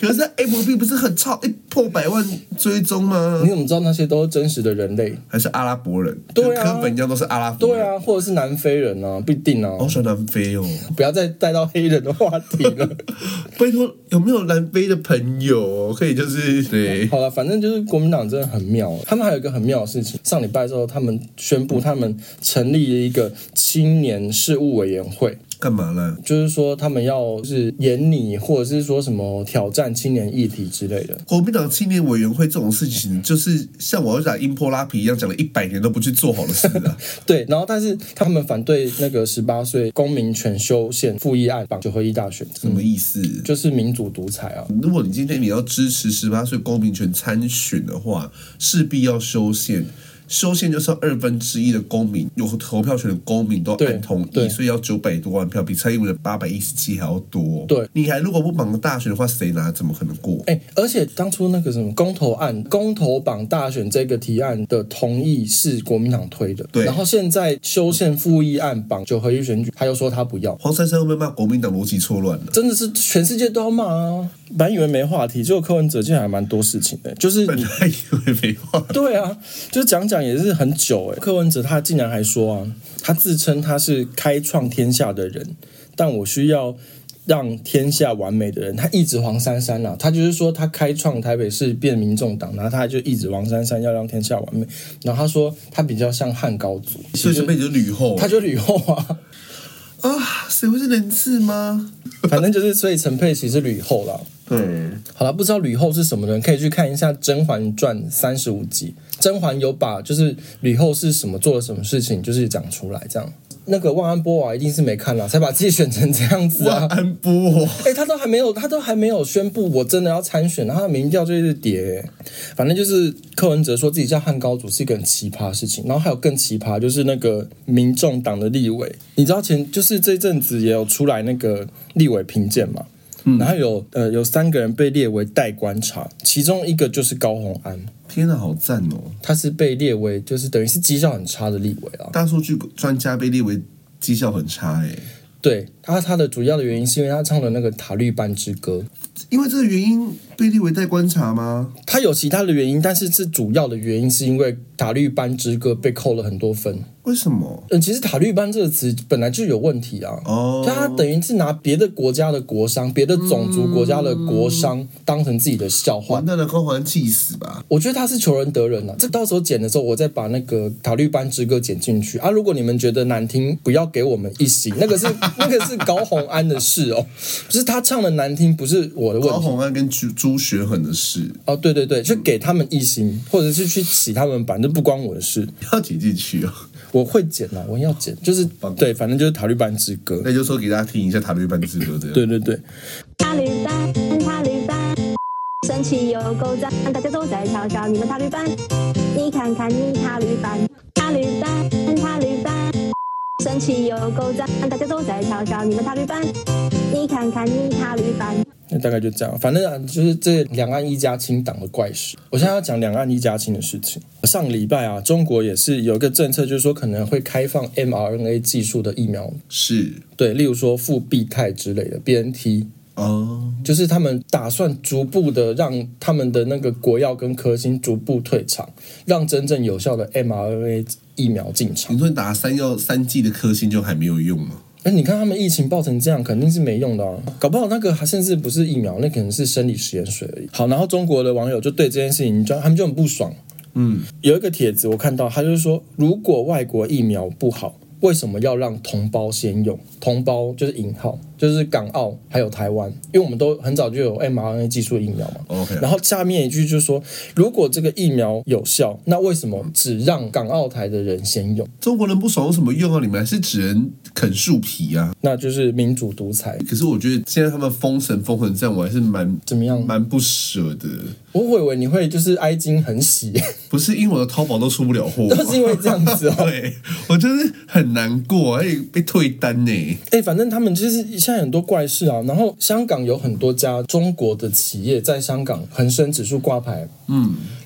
可是 F B 不是很超一破百万追踪吗？ 你怎么知道那些都是真实的人类？ 还是阿拉伯人？ 对啊， 跟科粉一样都是阿拉伯人。 对啊，或者是南非人啊，不一定啊。 好喜欢南非哦！ 不要再带到黑人的话题了。 拜托，有没有南非的朋友可以就是对？ 好了，反正就是国民党真的很妙。他们还有一个很妙的事情，上礼拜之后，他们宣布他们成立了一个青年事务委员会。 干嘛呢？ 就是说他们要是研拟或者是说什么挑战青年议题之类的。 国民党青年委员会这种事情，就是像我要讲阴坡拉皮一样，讲了一百年都不去做好的事啊。 对，然后但是他们反对那个十八岁公民权修宪复议案，绑九合一大选， 什么意思？ 嗯、就是民主独裁啊。 如果你今天你要支持十八岁公民权参选的话，势必要修宪。修宪就是二分之一的公民有投票权的公民都按同意，所以要九百多万票，比蔡英文的八百一十七还要多。 对， 你还如果不绑大选的话，谁拿？怎么可能过？ 哎、欸，而且当初那个什么公投案、公投绑大选这个提案的同意是国民党推的， 对。 然后现在修宪复议案绑九合一选举，他又说他不要。 黄珊珊会不会骂国民党逻辑错乱了？ 真的是全世界都要骂啊！本来以为没话题，结果柯文哲竟然还蛮多事情的，就是本来以为没话题。 对啊，就是讲讲也是很久。柯文哲他竟然还说啊，他自称他是开创天下的人，但我需要让天下完美的人。他一直黄珊珊啊，他就是说他开创台北市变民众党，然后他就一直黄珊珊要让天下完美。然后他说他比较像汉高祖， 所以这辈子就吕后， 他就吕后啊。 啊，谁会是人质吗？ 反正就是，所以陈佩琪是吕后啦。 对， 好了，不知道吕后是什么人，可以去看一下《甄嬛传》三十五集。甄嬛有把就是吕后是什么做了什么事情，就是讲出来这样。那个万安波娃一定是没看啦，才把自己选成这样子啊！ 万安波娃， 哎、欸，他都还没有，他都还没有宣布我真的要参选，然后他的民调就一直跌、欸。反正就是柯文哲说自己叫汉高祖是一个很奇葩的事情，然后还有更奇葩就是那个民众党的立委，你知道前就是这阵子也有出来那个立委评鉴嘛。嗯、然后有呃有三个人被列为待观察，其中一个就是高虹安。 天哪，好赞哦！ 他是被列为就是等于是绩效很差的立委啊。 大数据专家被列为绩效很差哎。 对，他他的主要的原因是因为他唱了那个塔绿班之歌。 因为这个原因被列为待观察吗？ 他有其他的原因，但是这主要的原因是因为塔绿班之歌被扣了很多分。 为什么？ 嗯，其实塔绿班这个词本来就有问题啊。哦，他等于是拿别的国家的国商、别的种族国家的国商当成自己的笑话。 完蛋了，高环气死吧！ 我觉得他是求仁得仁啊。这到时候剪的时候，我再把那个塔绿班之歌剪进去啊。如果你们觉得难听，不要给我们一星。那个是那个是高虹安的事哦，就是他唱的难听，不是我的问题。 高虹安跟朱朱学恒的事哦，对对对，就给他们一星，或者是去洗他们版，这不关我的事。 要剪进去哦。 我会剪啊，我要剪，就是对，反正就是塔绿班之歌。 那就说给大家听一下塔绿班之歌的。 对对对。 塔绿班，塔绿班，神奇又够赞，大家都在嘲笑你们塔绿班。你看看你塔绿班，塔绿班，塔绿班，神奇又够赞，大家都在嘲笑你们塔绿班。你看看你塔绿班。 那大概就这样，反正、啊、就是这两岸一家亲党的怪事。我现在要讲两岸一家亲的事情。上礼拜啊，中国也是有一个政策，就是说可能会开放 M R N A 技术的疫苗， 是对，例如说复必泰之类的 B N T。 哦， 就是他们打算逐步的让他们的那个国药跟科兴逐步退场，让真正有效的 M R N A 疫苗进场。 你说你打三药三剂的科兴就还没有用吗？ 哎，你看他们疫情爆成这样，肯定是没用的啊！搞不好那个还甚至不是疫苗，那可能是生理食盐水而已。好，然后中国的网友就对这件事情，就他们就很不爽。嗯，有一个帖子我看到，他就是说，如果外国疫苗不好，为什么要让同胞先用？同胞就是引号，就是港澳还有台湾，因为我们都很早就有 M R N A 技术疫苗嘛。 Okay. 然后下面一句就是说，如果这个疫苗有效，那为什么只让港澳台的人先用？ 中国人不爽有什么用啊？你们还是只能啃树皮啊？ 那就是民主独裁。 可是我觉得现在他们封神封成这样，我还是蛮怎么样， 蛮不舍的。 我会以为你会就是哀今很喜， 不是因为我的淘宝都出不了货， 都是因为这样子哦。 对，我就是很难过，而且被退单呢。 哎、欸，反正他们其实现在很多怪事啊。然后香港有很多家中国的企业在香港恒生指数挂牌，嗯，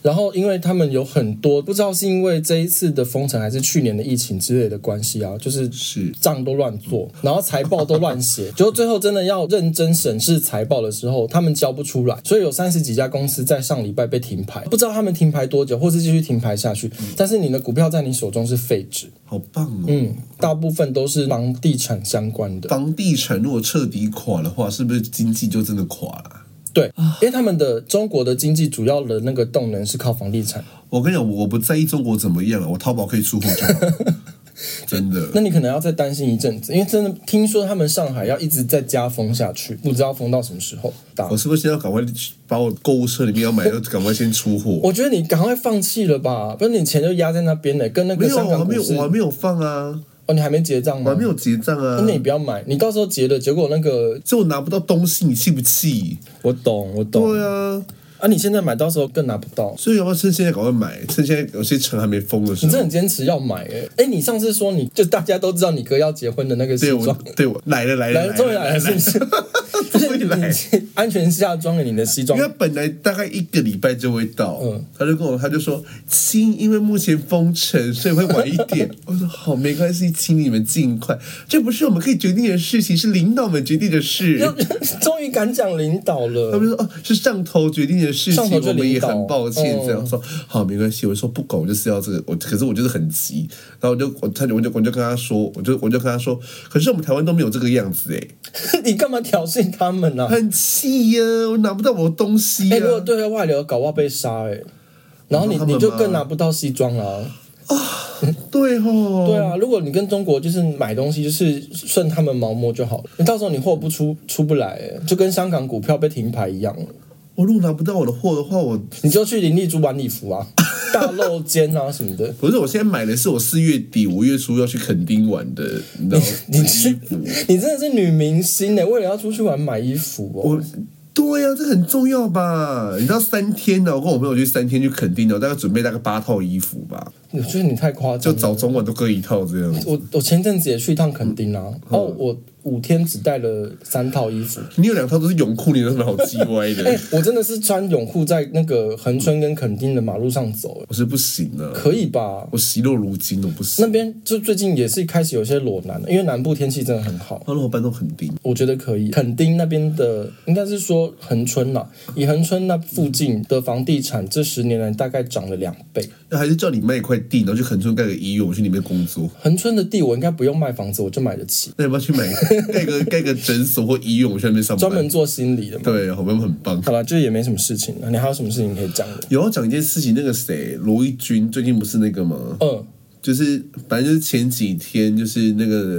然后因为他们有很多不知道是因为这一次的封城还是去年的疫情之类的关系啊，就是是账都乱做，然后财报都乱写，结果最后真的要认真审视财报的时候，他们交不出来，所以有三十几家公司在上礼拜被停牌，不知道他们停牌多久，或是继续停牌下去。嗯、但是你的股票在你手中是废纸， 好棒哦！ 嗯，大部分都是房地产相关的。 房地产如果彻底垮的话，是不是经济就真的垮了？ 对，因为他们的中国的经济主要的那个动能是靠房地产。 我跟你讲，我不在意中国怎么样了，我淘宝可以出货就好。真的， 那你可能要再担心一阵子，因为真的听说他们上海要一直再加封下去，不知道封到什么时候。 我是不是现在要赶快把我购物车里面要买的赶快先出货？ 我觉得你赶快放弃了吧，不然你钱就压在那边了，跟那个香港股市。 没有，我还没有，我还没有放啊。 哦，你还没结账吗？ 我还没有结账啊。 那你不要买，你到时候结了，结果那个就拿不到东西，你气不气？ 我懂，我懂。 对啊。 啊！你现在买到时候更拿不到， 所以要不要趁现在赶快买？趁现在有些城还没封的时候， 你真的很坚持要买哎、欸！哎、欸，你上次说你就大家都知道你哥要结婚的那个西装， 对我来了来了来了，终于来了，是不是？终于来，安全下装了你的西装， 因为他本来大概一个礼拜就会到，嗯，他就跟我他就说亲，因为目前封城，所以会晚一点。我说好，没关系，请你们尽快，这不是我们可以决定的事情，是领导们决定的事。 终于敢讲领导了， 他们说哦，是上头决定的事情，我们也很抱歉。这样、嗯、说好没关系，我说不管，我就是要这个，我可是我就是很急，然后我就我他我就我就跟他说，我就我就跟他说，可是我们台湾都没有这个样子哎， 你干嘛挑衅他们啊？ 很气呀、啊，我拿不到我的东西、啊。 哎、欸，如果对外流搞不好被杀哎、欸，然后你你就更拿不到西装了啊。 啊，对哦， 对啊，如果你跟中国就是买东西，就是顺他们毛摸就好了，你到时候你货不出出不来、欸，就跟香港股票被停牌一样。 我如果拿不到我的货的话，我你就去林立珠晚礼服啊，大露肩啊什么的。 不是，我现在买的是我四月底五月初要去垦丁玩的，你知道你你衣服，你真的是女明星呢、欸，为了要出去玩买衣服哦。 我对呀、啊，这很重要吧？你知道三天呢，我跟我朋友去三天去垦丁的，大概准备大概八套衣服吧。 我觉得你太夸张了， 就早中晚都各一套这样。 我我前阵子也去一趟垦丁啊，嗯、哦我。五天只带了三套衣服， 你有两套都是泳裤，你有什么好叽歪的？ 哎、欸，我真的是穿泳裤在那个恒春跟垦丁的马路上走， 我是不行啊， 可以吧？ 我惜肉如金，我不行。 那边就最近也是开始有些裸男了，因为南部天气真的很好。 那我搬到垦丁， 我觉得可以。垦丁那边的应该是说恒春啦，以恒春那附近的房地产这十年来大概涨了两倍。 那还是叫你卖一块地，然后去恒春盖个医院，我去里面工作。 恒春的地我应该不用卖房子，我就买得起。 那要不要去买盖个盖个诊所或医院？我去那边上班， 专门做心理的嘛。 对，好像很棒。 好了，就也没什么事情了。你还有什么事情可以讲的？ 有要讲一件事情，那个谁，罗一军最近不是那个吗？嗯，就是反正就是前几天就是那个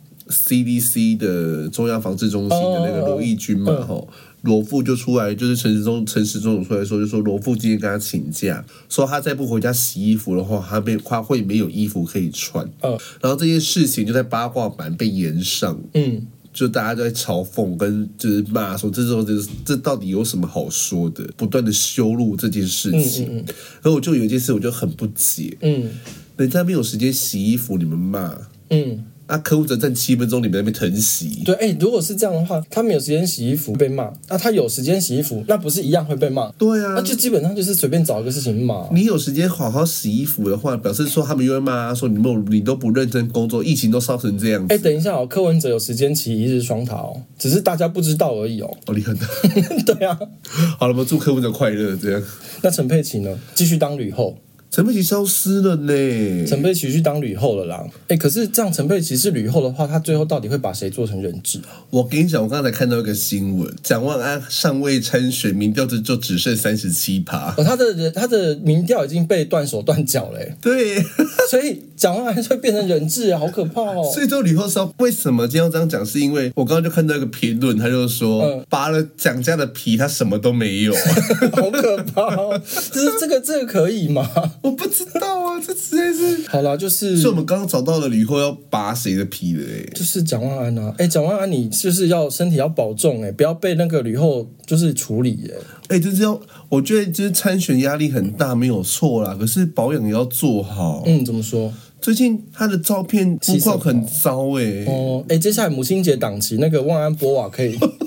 C D C 的中央防治中心的那个罗一军嘛，哈、嗯。罗富就出来，就是陈时中，陈时中有出来说，就说罗富今天跟他请假，说他再不回家洗衣服的话，他被他会没有衣服可以穿。嗯，然后这件事情就在八卦版被延上，嗯，就大家都在嘲讽跟就是骂说，这种这这到底有什么好说的？不断的羞辱这件事情。嗯嗯嗯，然后我就有一件事我就很不解，嗯，人家没有时间洗衣服，你们骂，嗯。那、啊、柯文哲站七分钟，你们在那边疼洗。 对，哎、欸，如果是这样的话，他没有时间洗衣服被骂，那他有时间洗衣服，那不是一样会被骂？ 对啊， 那就基本上就是随便找一个事情骂。 你有时间好好洗衣服的话，表示说他们又会骂说你们你都不认真工作，疫情都烧成这样子。 哎、欸，等一下哦，柯文哲有时间骑一日双塔哦，只是大家不知道而已哦。 哦，你很对啊。 好了，我们祝柯文哲快乐，这样。 那陈佩琪呢？继续当吕后。 陈佩琪消失了呢， 陈佩琪去当吕后了啦。哎、欸，可是这样陈佩琪是吕后的话，他最后到底会把谁做成人质？ 我跟你讲，我刚才看到一个新闻，蒋万安尚未参选，民调就就只剩三十七趴。 哦，他的他的民调已经被断手断脚嘞。 对， 所以蒋万安会变成人质，好可怕哦。 所以这吕后说，为什么今天要这样讲？是因为我刚刚就看到一个评论，他就说，嗯、拔了蒋家的皮，他什么都没有， 好可怕哦。就是这个这个可以吗？ 我不知道啊，这实在是好啦，就是所以我们刚刚找到了吕后要拔谁的皮的哎， 就是蒋万安啊，哎，蒋万安你就是要身体要保重哎，不要被那个吕后就是处理哎， 哎，就是要我觉得就是参选压力很大没有错啦，可是保养也要做好。 嗯，怎么说？ 最近他的照片肤况很糟哎、欸， 哦，哎，接下来母亲节档期那个万安波瓦可以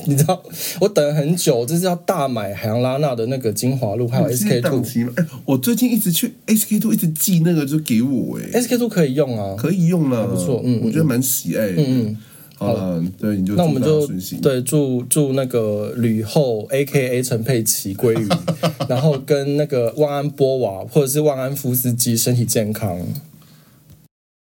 你知道我等了很久，这是要大买海洋拉娜的那个精华露，还有 S K 二。 哎，我最近一直去 S K 二，一直寄那个就给我哎、欸、 ，S K 二可以用啊， 可以用啦， 不错，嗯， 我觉得蛮喜爱的。嗯嗯，好了，对，你就那我们就对祝祝那个吕后 A K A 陈佩琪鲑鱼，然后跟那个万安波娃或者是万安夫斯基身体健康。